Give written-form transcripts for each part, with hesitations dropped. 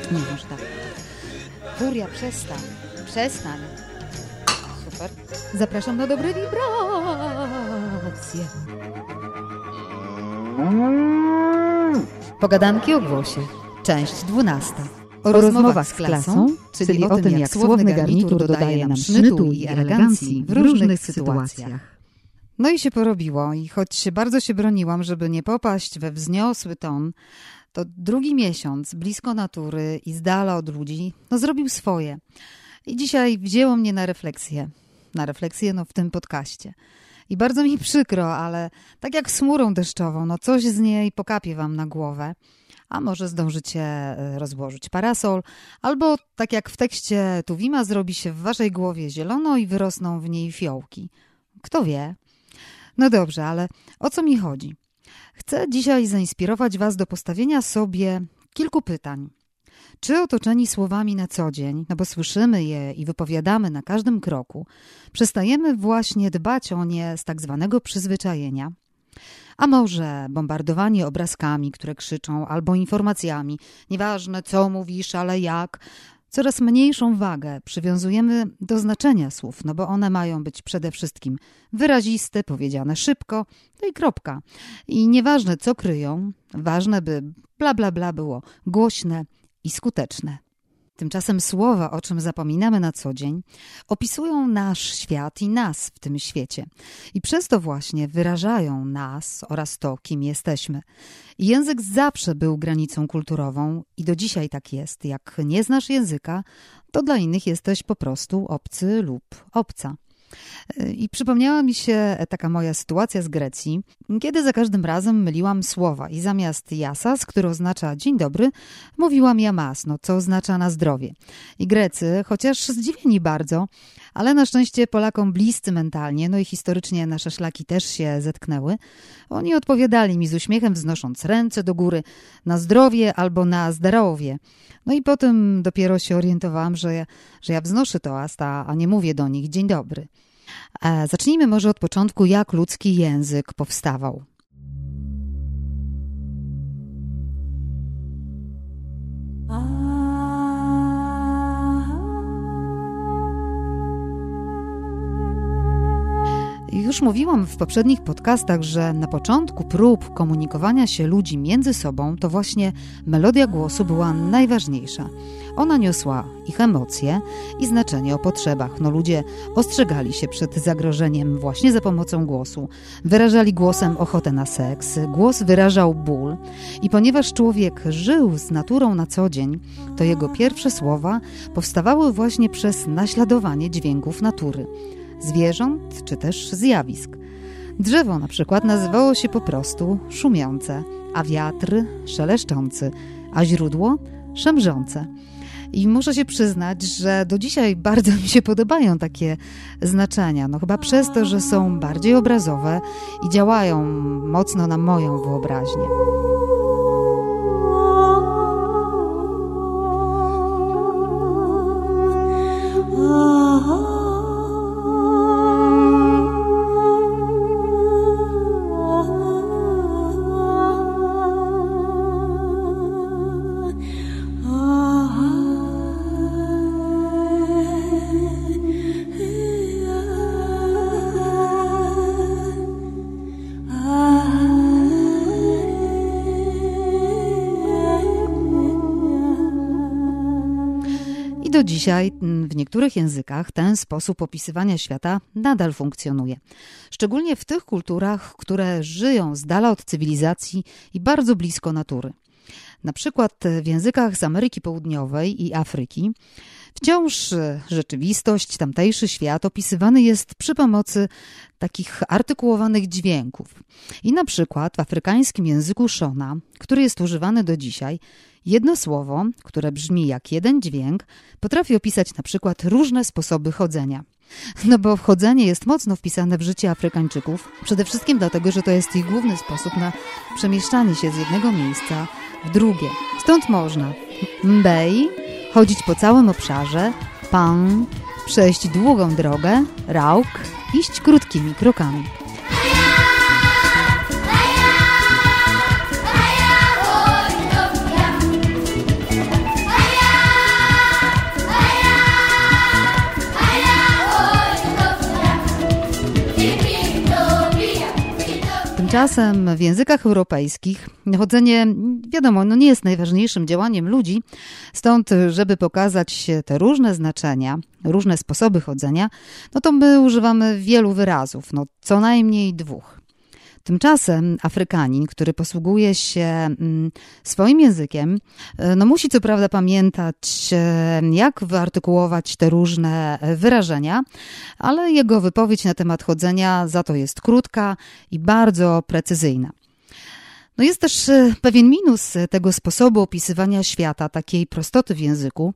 Nie, może tak. Furia, przestań. Super. Zapraszam na dobre wibracje. Pogadanki o głosie. Część 12. O rozmowach z klasą, czyli o tym, jak słowny garnitur dodaje nam sznytu i elegancji w różnych sytuacjach. No i się porobiło i choć bardzo się broniłam, żeby nie popaść we wzniosły ton, to drugi miesiąc blisko natury i z dala od ludzi, zrobił swoje. I dzisiaj wzięło mnie na refleksję w tym podcaście. I bardzo mi przykro, ale tak jak z chmurą deszczową, coś z niej pokapie wam na głowę. A może zdążycie rozłożyć parasol, albo tak jak w tekście Tuwima zrobi się w waszej głowie zielono i wyrosną w niej fiołki. Kto wie? No dobrze, ale o co mi chodzi? Chcę dzisiaj zainspirować was do postawienia sobie kilku pytań. Czy otoczeni słowami na co dzień, bo słyszymy je i wypowiadamy na każdym kroku, przestajemy właśnie dbać o nie z tak zwanego przyzwyczajenia? A może bombardowanie obrazkami, które krzyczą, albo informacjami, nieważne co mówisz, ale jak, coraz mniejszą wagę przywiązujemy do znaczenia słów, bo one mają być przede wszystkim wyraziste, powiedziane szybko, i kropka. I nieważne co kryją, ważne by bla bla bla było głośne i skuteczne. Tymczasem słowa, o czym zapominamy na co dzień, opisują nasz świat i nas w tym świecie. I przez to właśnie wyrażają nas oraz to, kim jesteśmy. I język zawsze był granicą kulturową i do dzisiaj tak jest. Jak nie znasz języka, to dla innych jesteś po prostu obcy lub obca. I przypomniała mi się taka moja sytuacja z Grecji, kiedy za każdym razem myliłam słowa i zamiast jasas, który oznacza dzień dobry, mówiłam jamas, co oznacza na zdrowie. I Grecy, chociaż zdziwieni bardzo, ale na szczęście Polakom bliscy mentalnie, i historycznie nasze szlaki też się zetknęły, oni odpowiadali mi z uśmiechem, wznosząc ręce do góry na zdrowie albo na zdrowie. I potem dopiero się orientowałam, że ja wznoszę toast, a nie mówię do nich dzień dobry. Zacznijmy może od początku, jak ludzki język powstawał. Już mówiłam w poprzednich podcastach, że na początku prób komunikowania się ludzi między sobą to właśnie melodia głosu była najważniejsza. Ona niosła ich emocje i znaczenie o potrzebach. Ludzie ostrzegali się przed zagrożeniem właśnie za pomocą głosu. Wyrażali głosem ochotę na seks, głos wyrażał ból. I ponieważ człowiek żył z naturą na co dzień, to jego pierwsze słowa powstawały właśnie przez naśladowanie dźwięków natury. Zwierząt czy też zjawisk. Drzewo na przykład nazywało się po prostu szumiące, a wiatr szeleszczący, a źródło szemrzące. I muszę się przyznać, że do dzisiaj bardzo mi się podobają takie znaczenia. Chyba przez to, że są bardziej obrazowe i działają mocno na moją wyobraźnię. Do dzisiaj w niektórych językach ten sposób opisywania świata nadal funkcjonuje. Szczególnie w tych kulturach, które żyją z dala od cywilizacji i bardzo blisko natury. Na przykład w językach z Ameryki Południowej i Afryki wciąż rzeczywistość, tamtejszy świat opisywany jest przy pomocy takich artykułowanych dźwięków. I na przykład w afrykańskim języku Shona, który jest używany do dzisiaj, jedno słowo, które brzmi jak jeden dźwięk, potrafi opisać na przykład różne sposoby chodzenia. Bo chodzenie jest mocno wpisane w życie Afrykańczyków, przede wszystkim dlatego, że to jest ich główny sposób na przemieszczanie się z jednego miejsca w drugie. Stąd można mbej, chodzić po całym obszarze, pan, przejść długą drogę, rauk, iść krótkimi krokami. Tymczasem w językach europejskich chodzenie, wiadomo, nie jest najważniejszym działaniem ludzi, stąd, żeby pokazać te różne znaczenia, różne sposoby chodzenia, to my używamy wielu wyrazów, co najmniej 2. Tymczasem Afrykanin, który posługuje się swoim językiem, musi co prawda pamiętać, jak wyartykułować te różne wyrażenia, ale jego wypowiedź na temat chodzenia za to jest krótka i bardzo precyzyjna. Jest też pewien minus tego sposobu opisywania świata, takiej prostoty w języku,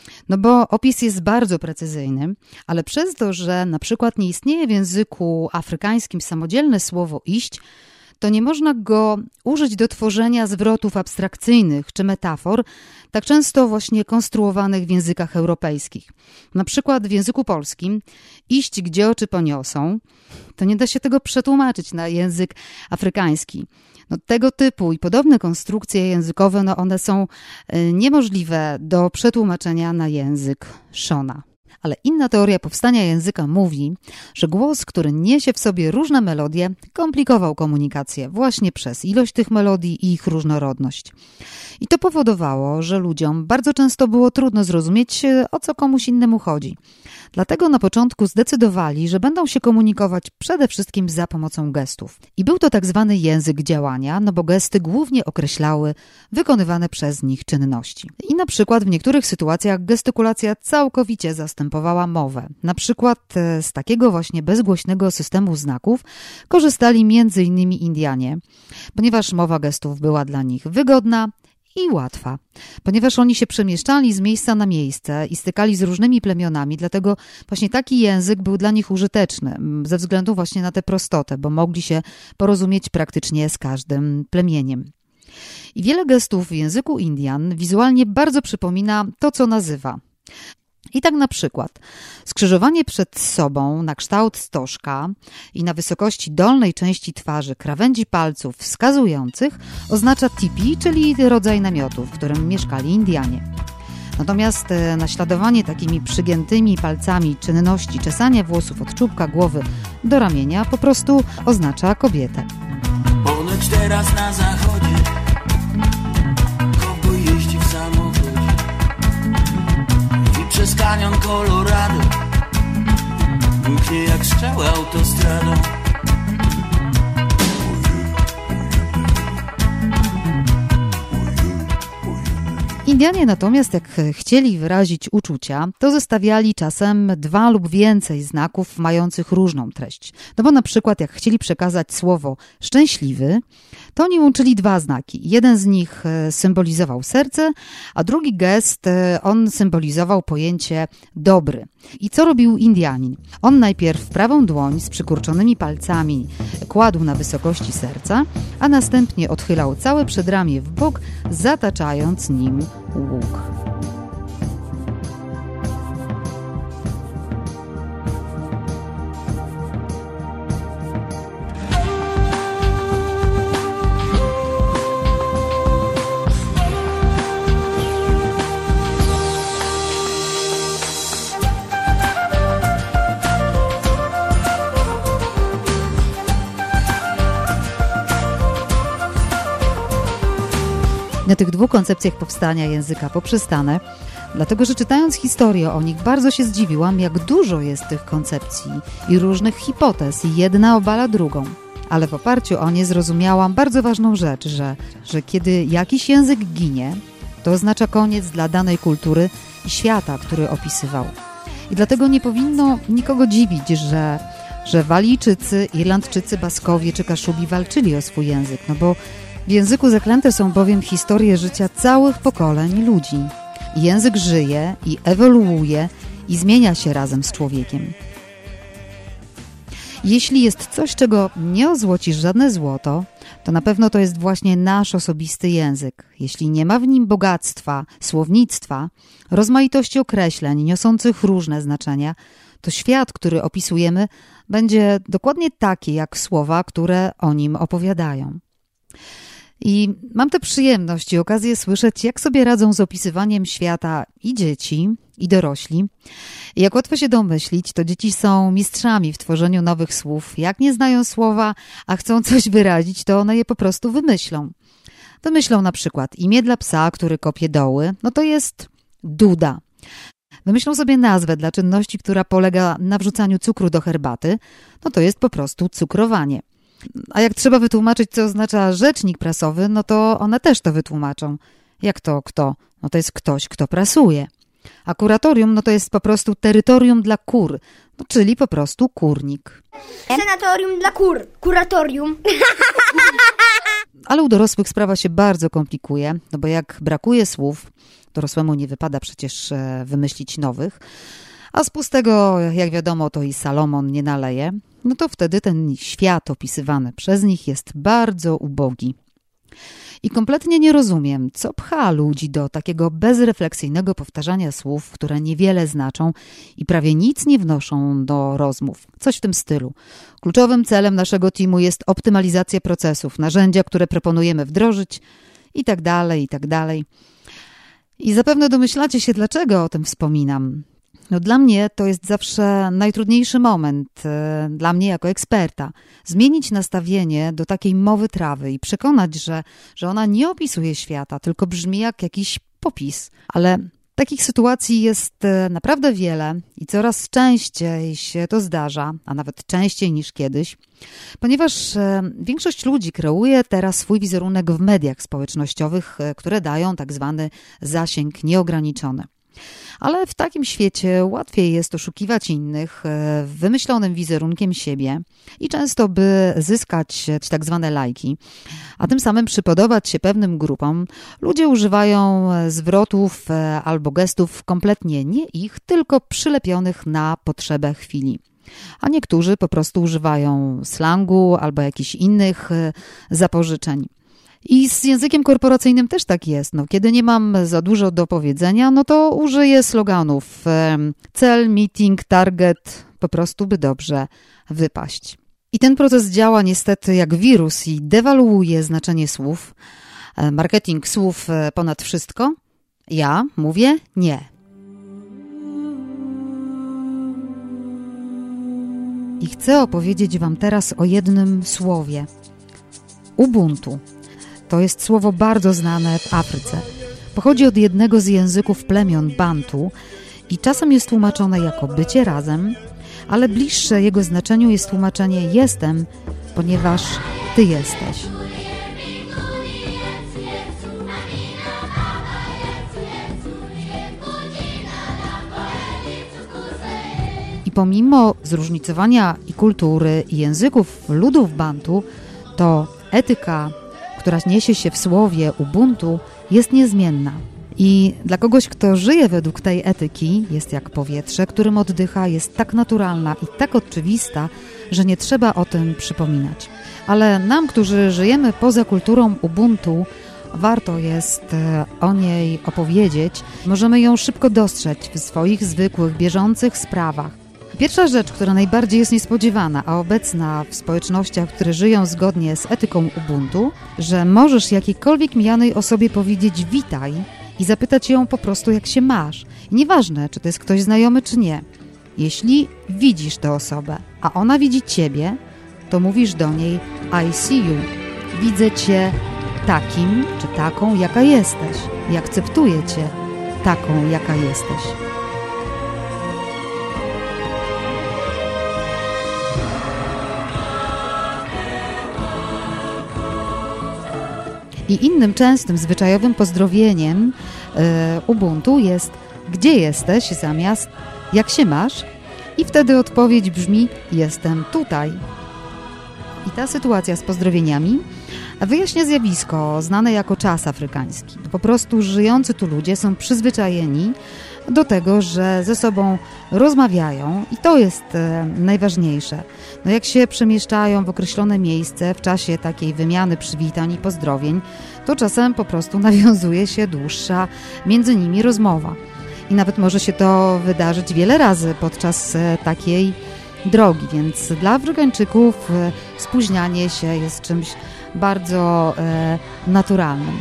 bo opis jest bardzo precyzyjny, ale przez to, że na przykład nie istnieje w języku afrykańskim samodzielne słowo iść, to nie można go użyć do tworzenia zwrotów abstrakcyjnych czy metafor, tak często właśnie konstruowanych w językach europejskich. Na przykład w języku polskim iść gdzie oczy poniosą, to nie da się tego przetłumaczyć na język afrykański. Tego typu i podobne konstrukcje językowe, one są niemożliwe do przetłumaczenia na język Shona. Ale inna teoria powstania języka mówi, że głos, który niesie w sobie różne melodie, komplikował komunikację właśnie przez ilość tych melodii i ich różnorodność. I to powodowało, że ludziom bardzo często było trudno zrozumieć, o co komuś innemu chodzi. Dlatego na początku zdecydowali, że będą się komunikować przede wszystkim za pomocą gestów. I był to tak zwany język działania, bo gesty głównie określały wykonywane przez nich czynności. I na przykład w niektórych sytuacjach gestykulacja całkowicie zastępowała mowę. Na przykład z takiego właśnie bezgłośnego systemu znaków korzystali m.in. Indianie, ponieważ mowa gestów była dla nich wygodna i łatwa, ponieważ oni się przemieszczali z miejsca na miejsce i stykali z różnymi plemionami, dlatego właśnie taki język był dla nich użyteczny, ze względu właśnie na tę prostotę, bo mogli się porozumieć praktycznie z każdym plemieniem. I wiele gestów w języku Indian wizualnie bardzo przypomina to, co nazywa. I tak na przykład skrzyżowanie przed sobą na kształt stożka i na wysokości dolnej części twarzy krawędzi palców wskazujących oznacza tipi, czyli rodzaj namiotu, w którym mieszkali Indianie. Natomiast naśladowanie takimi przygiętymi palcami czynności czesania włosów od czubka głowy do ramienia po prostu oznacza kobietę. Ponoć teraz na zachodzie kowboj jeździ w samochodzie i przez kanion Colorado mknie jak strzała autostradą. Indianie natomiast, jak chcieli wyrazić uczucia, to zestawiali czasem 2 lub więcej znaków mających różną treść. Bo na przykład jak chcieli przekazać słowo szczęśliwy, to oni łączyli 2 znaki. Jeden z nich symbolizował serce, a drugi gest, on symbolizował pojęcie dobry. I co robił Indianin? On najpierw prawą dłoń z przykurczonymi palcami kładł na wysokości serca, a następnie odchylał całe przedramię w bok, zataczając nim łuk. Na tych 2 koncepcjach powstania języka poprzestanę, dlatego że czytając historię o nich bardzo się zdziwiłam, jak dużo jest tych koncepcji i różnych hipotez i jedna obala drugą. Ale w oparciu o nie zrozumiałam bardzo ważną rzecz, że kiedy jakiś język ginie, to oznacza koniec dla danej kultury i świata, który opisywał. I dlatego nie powinno nikogo dziwić, że Walijczycy, Irlandczycy, Baskowie czy Kaszubi walczyli o swój język, bo w języku zaklęte są bowiem historie życia całych pokoleń ludzi. I język żyje i ewoluuje i zmienia się razem z człowiekiem. Jeśli jest coś, czego nie ozłocisz żadne złoto, to na pewno to jest właśnie nasz osobisty język. Jeśli nie ma w nim bogactwa, słownictwa, rozmaitości określeń niosących różne znaczenia, to świat, który opisujemy, będzie dokładnie taki jak słowa, które o nim opowiadają. I mam tę przyjemność i okazję słyszeć, jak sobie radzą z opisywaniem świata i dzieci, i dorośli. I jak łatwo się domyślić, to dzieci są mistrzami w tworzeniu nowych słów. Jak nie znają słowa, a chcą coś wyrazić, to one je po prostu wymyślą. Wymyślą na przykład imię dla psa, który kopie doły, no to jest Duda. Wymyślą sobie nazwę dla czynności, która polega na wrzucaniu cukru do herbaty, no to jest po prostu cukrowanie. A jak trzeba wytłumaczyć, co oznacza rzecznik prasowy, no to one też to wytłumaczą. Jak to kto? No to jest ktoś, kto prasuje. A kuratorium, no to jest po prostu terytorium dla kur, no czyli po prostu kurnik. Senatorium dla kur, kuratorium. Ale u dorosłych sprawa się bardzo komplikuje, no bo jak brakuje słów, dorosłemu nie wypada przecież wymyślić nowych, a z pustego, jak wiadomo, to i Salomon nie naleje, no to wtedy ten świat opisywany przez nich jest bardzo ubogi. I kompletnie nie rozumiem, co pcha ludzi do takiego bezrefleksyjnego powtarzania słów, które niewiele znaczą i prawie nic nie wnoszą do rozmów. Coś w tym stylu. Kluczowym celem naszego teamu jest optymalizacja procesów, narzędzia, które proponujemy wdrożyć i tak dalej, i tak dalej. I zapewne domyślacie się, dlaczego o tym wspominam. No dla mnie to jest zawsze najtrudniejszy moment, dla mnie jako eksperta. Zmienić nastawienie do takiej mowy trawy i przekonać, że ona nie opisuje świata, tylko brzmi jak jakiś popis. Ale takich sytuacji jest naprawdę wiele i coraz częściej się to zdarza, a nawet częściej niż kiedyś, ponieważ większość ludzi kreuje teraz swój wizerunek w mediach społecznościowych, które dają tak zwany zasięg nieograniczony. Ale w takim świecie łatwiej jest oszukiwać innych wymyślonym wizerunkiem siebie i często, by zyskać tak zwane lajki, a tym samym przypodobać się pewnym grupom, ludzie używają zwrotów albo gestów kompletnie nie ich, tylko przylepionych na potrzebę chwili. A niektórzy po prostu używają slangu albo jakichś innych zapożyczeń. I z językiem korporacyjnym też tak jest. No, kiedy nie mam za dużo do powiedzenia, no to użyję sloganów. Cel, meeting, target, po prostu by dobrze wypaść. I ten proces działa niestety jak wirus i dewaluuje znaczenie słów. Marketing słów ponad wszystko. Ja mówię nie. I chcę opowiedzieć wam teraz o jednym słowie. Ubuntu. To jest słowo bardzo znane w Afryce. Pochodzi od jednego z języków plemion Bantu i czasem jest tłumaczone jako bycie razem, ale bliższe jego znaczeniu jest tłumaczenie jestem, ponieważ ty jesteś. I pomimo zróżnicowania i kultury, i języków ludów Bantu, to etyka, która niesie się w słowie Ubuntu, jest niezmienna. I dla kogoś, kto żyje według tej etyki, jest jak powietrze, którym oddycha, jest tak naturalna i tak oczywista, że nie trzeba o tym przypominać. Ale nam, którzy żyjemy poza kulturą Ubuntu, warto jest o niej opowiedzieć. Możemy ją szybko dostrzec w swoich zwykłych, bieżących sprawach. Pierwsza rzecz, która najbardziej jest niespodziewana, a obecna w społecznościach, które żyją zgodnie z etyką Ubuntu, że możesz jakiejkolwiek mijanej osobie powiedzieć witaj i zapytać ją po prostu, jak się masz. I nieważne, czy to jest ktoś znajomy, czy nie. Jeśli widzisz tę osobę, a ona widzi ciebie, to mówisz do niej I see you. Widzę cię takim czy taką, jaka jesteś. I akceptuję cię taką, jaka jesteś. I innym częstym, zwyczajowym pozdrowieniem Ubuntu jest gdzie jesteś zamiast jak się masz i wtedy odpowiedź brzmi jestem tutaj. I ta sytuacja z pozdrowieniami wyjaśnia zjawisko znane jako czas afrykański. Po prostu żyjący tu ludzie są przyzwyczajeni do tego, że ze sobą rozmawiają i to jest najważniejsze. No jak się przemieszczają w określone miejsce w czasie takiej wymiany przywitań i pozdrowień, to czasem po prostu nawiązuje się dłuższa między nimi rozmowa. I nawet może się to wydarzyć wiele razy podczas takiej drogi, więc dla Afrykańczyków spóźnianie się jest czymś bardzo naturalnym.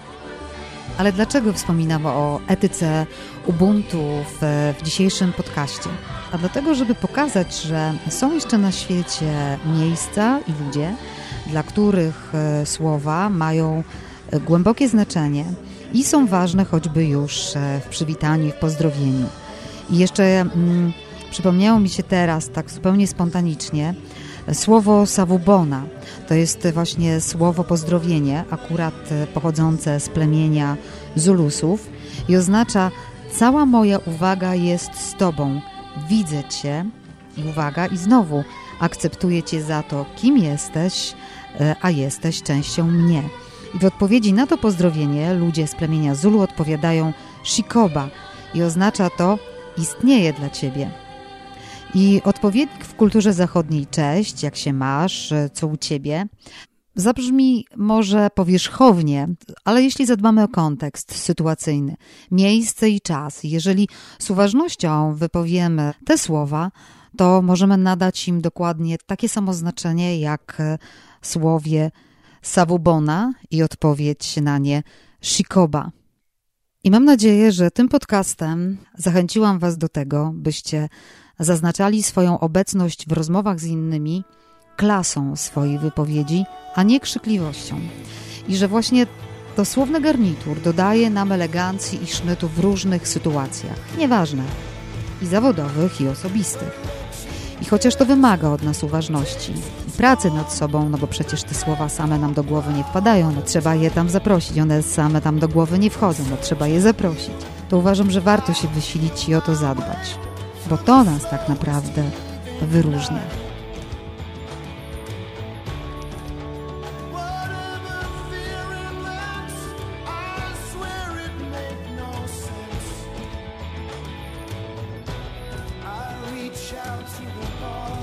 Ale dlaczego wspominam o etyce Ubuntu w dzisiejszym podcaście? A dlatego, żeby pokazać, że są jeszcze na świecie miejsca i ludzie, dla których słowa mają głębokie znaczenie i są ważne choćby już w przywitaniu i w pozdrowieniu. I jeszcze przypomniało mi się teraz, tak zupełnie spontanicznie, słowo savubona. To jest właśnie słowo pozdrowienie, akurat pochodzące z plemienia Zulusów i oznacza: cała moja uwaga jest z Tobą, widzę Cię i uwaga, i znowu akceptuję Cię za to, kim jesteś, a jesteś częścią mnie. I w odpowiedzi na to pozdrowienie ludzie z plemienia Zulu odpowiadają shikoba i oznacza to: istnieje dla Ciebie. I odpowiednik w kulturze zachodniej cześć, jak się masz, co u Ciebie, zabrzmi może powierzchownie, ale jeśli zadbamy o kontekst sytuacyjny, miejsce i czas, jeżeli z uważnością wypowiemy te słowa, to możemy nadać im dokładnie takie samo znaczenie jak słowie savubona i odpowiedź na nie shikoba. I mam nadzieję, że tym podcastem zachęciłam Was do tego, byście zaznaczali swoją obecność w rozmowach z innymi klasą swojej wypowiedzi, a nie krzykliwością. I że właśnie dosłowny garnitur dodaje nam elegancji i sznytu w różnych sytuacjach, nieważne, i zawodowych, i osobistych. I chociaż to wymaga od nas uważności i pracy nad sobą, no bo przecież te słowa same nam do głowy nie wpadają, no trzeba je tam zaprosić, one same tam do głowy nie wchodzą, no trzeba je zaprosić. To uważam, że warto się wysilić i o to zadbać, bo to nas tak naprawdę wyróżnia. Shout to the Lord.